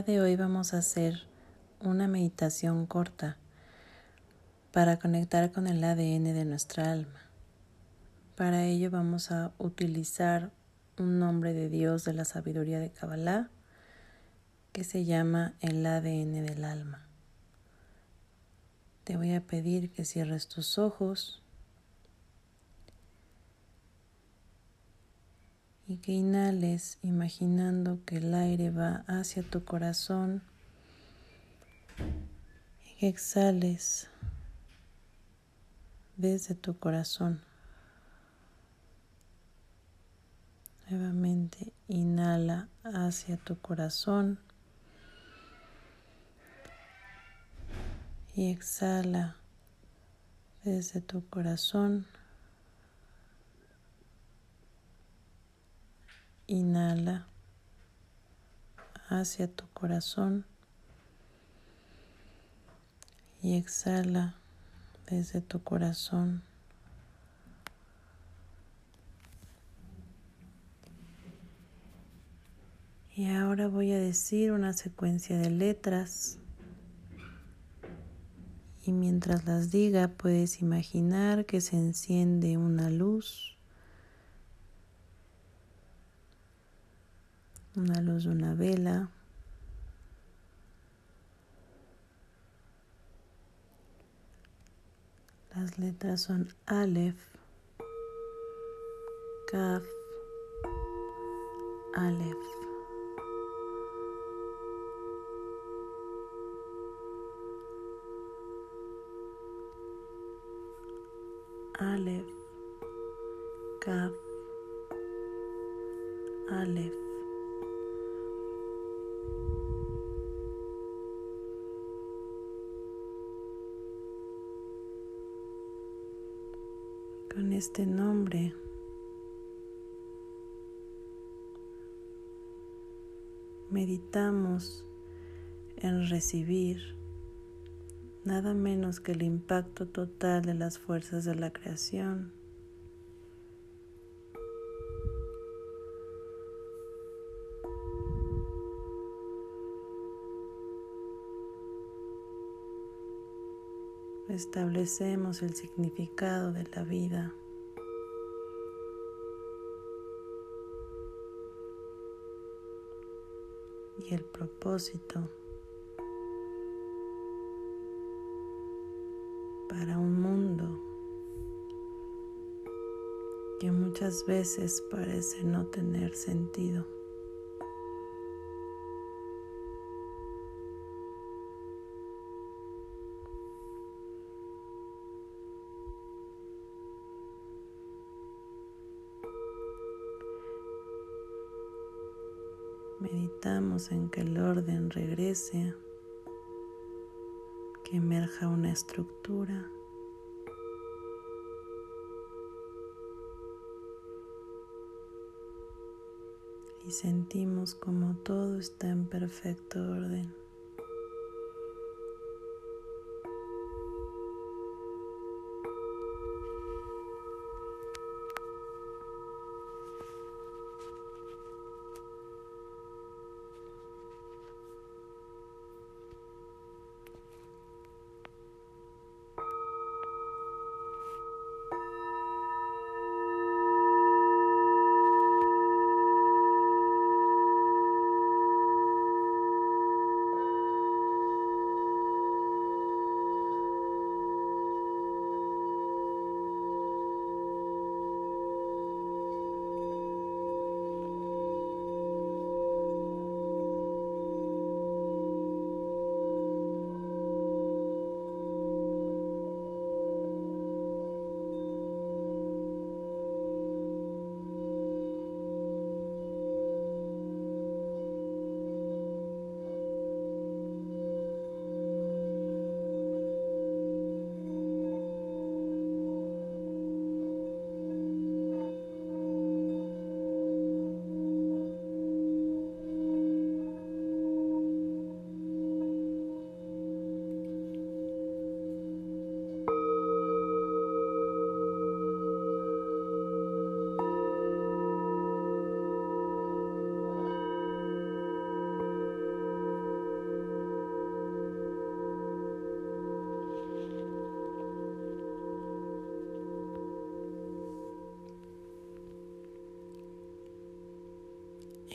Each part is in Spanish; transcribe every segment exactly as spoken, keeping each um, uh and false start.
día de hoy vamos a hacer una meditación corta para conectar con el A D N de nuestra alma. Para ello vamos a utilizar un nombre de Dios de la sabiduría de Kabbalah que se llama el A D N del alma. Te voy a pedir que cierres tus ojos y que inhales imaginando que el aire va hacia tu corazón y que exhales desde tu corazón. Nuevamente inhala hacia tu corazón y exhala desde tu corazón. Inhala hacia tu corazón y exhala desde tu corazón. Y ahora voy a decir una secuencia de letras y mientras las diga puedes imaginar que se enciende una luz, una luz de una vela. Las letras son Aleph, Kaf, Aleph. Aleph, Kaf, Aleph. Con este nombre meditamos en recibir nada menos que el impacto total de las fuerzas de la creación. Establecemos el significado de la vida. Y el propósito para un mundo que muchas veces parece no tener sentido. Meditamos en que el orden regrese, que emerja una estructura. Y sentimos como todo está en perfecto orden.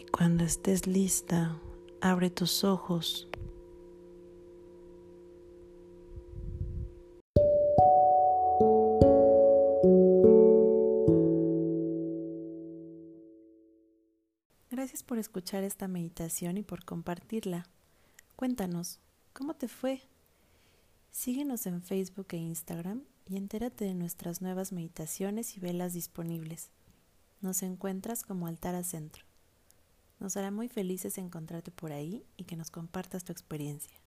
Cuando estés lista, abre tus ojos. Gracias por escuchar esta meditación y por compartirla. Cuéntanos, ¿cómo te fue? Síguenos en Facebook e Instagram y entérate de nuestras nuevas meditaciones y velas disponibles. Nos encuentras como Altara Centro. Nos hará muy felices encontrarte por ahí y que nos compartas tu experiencia.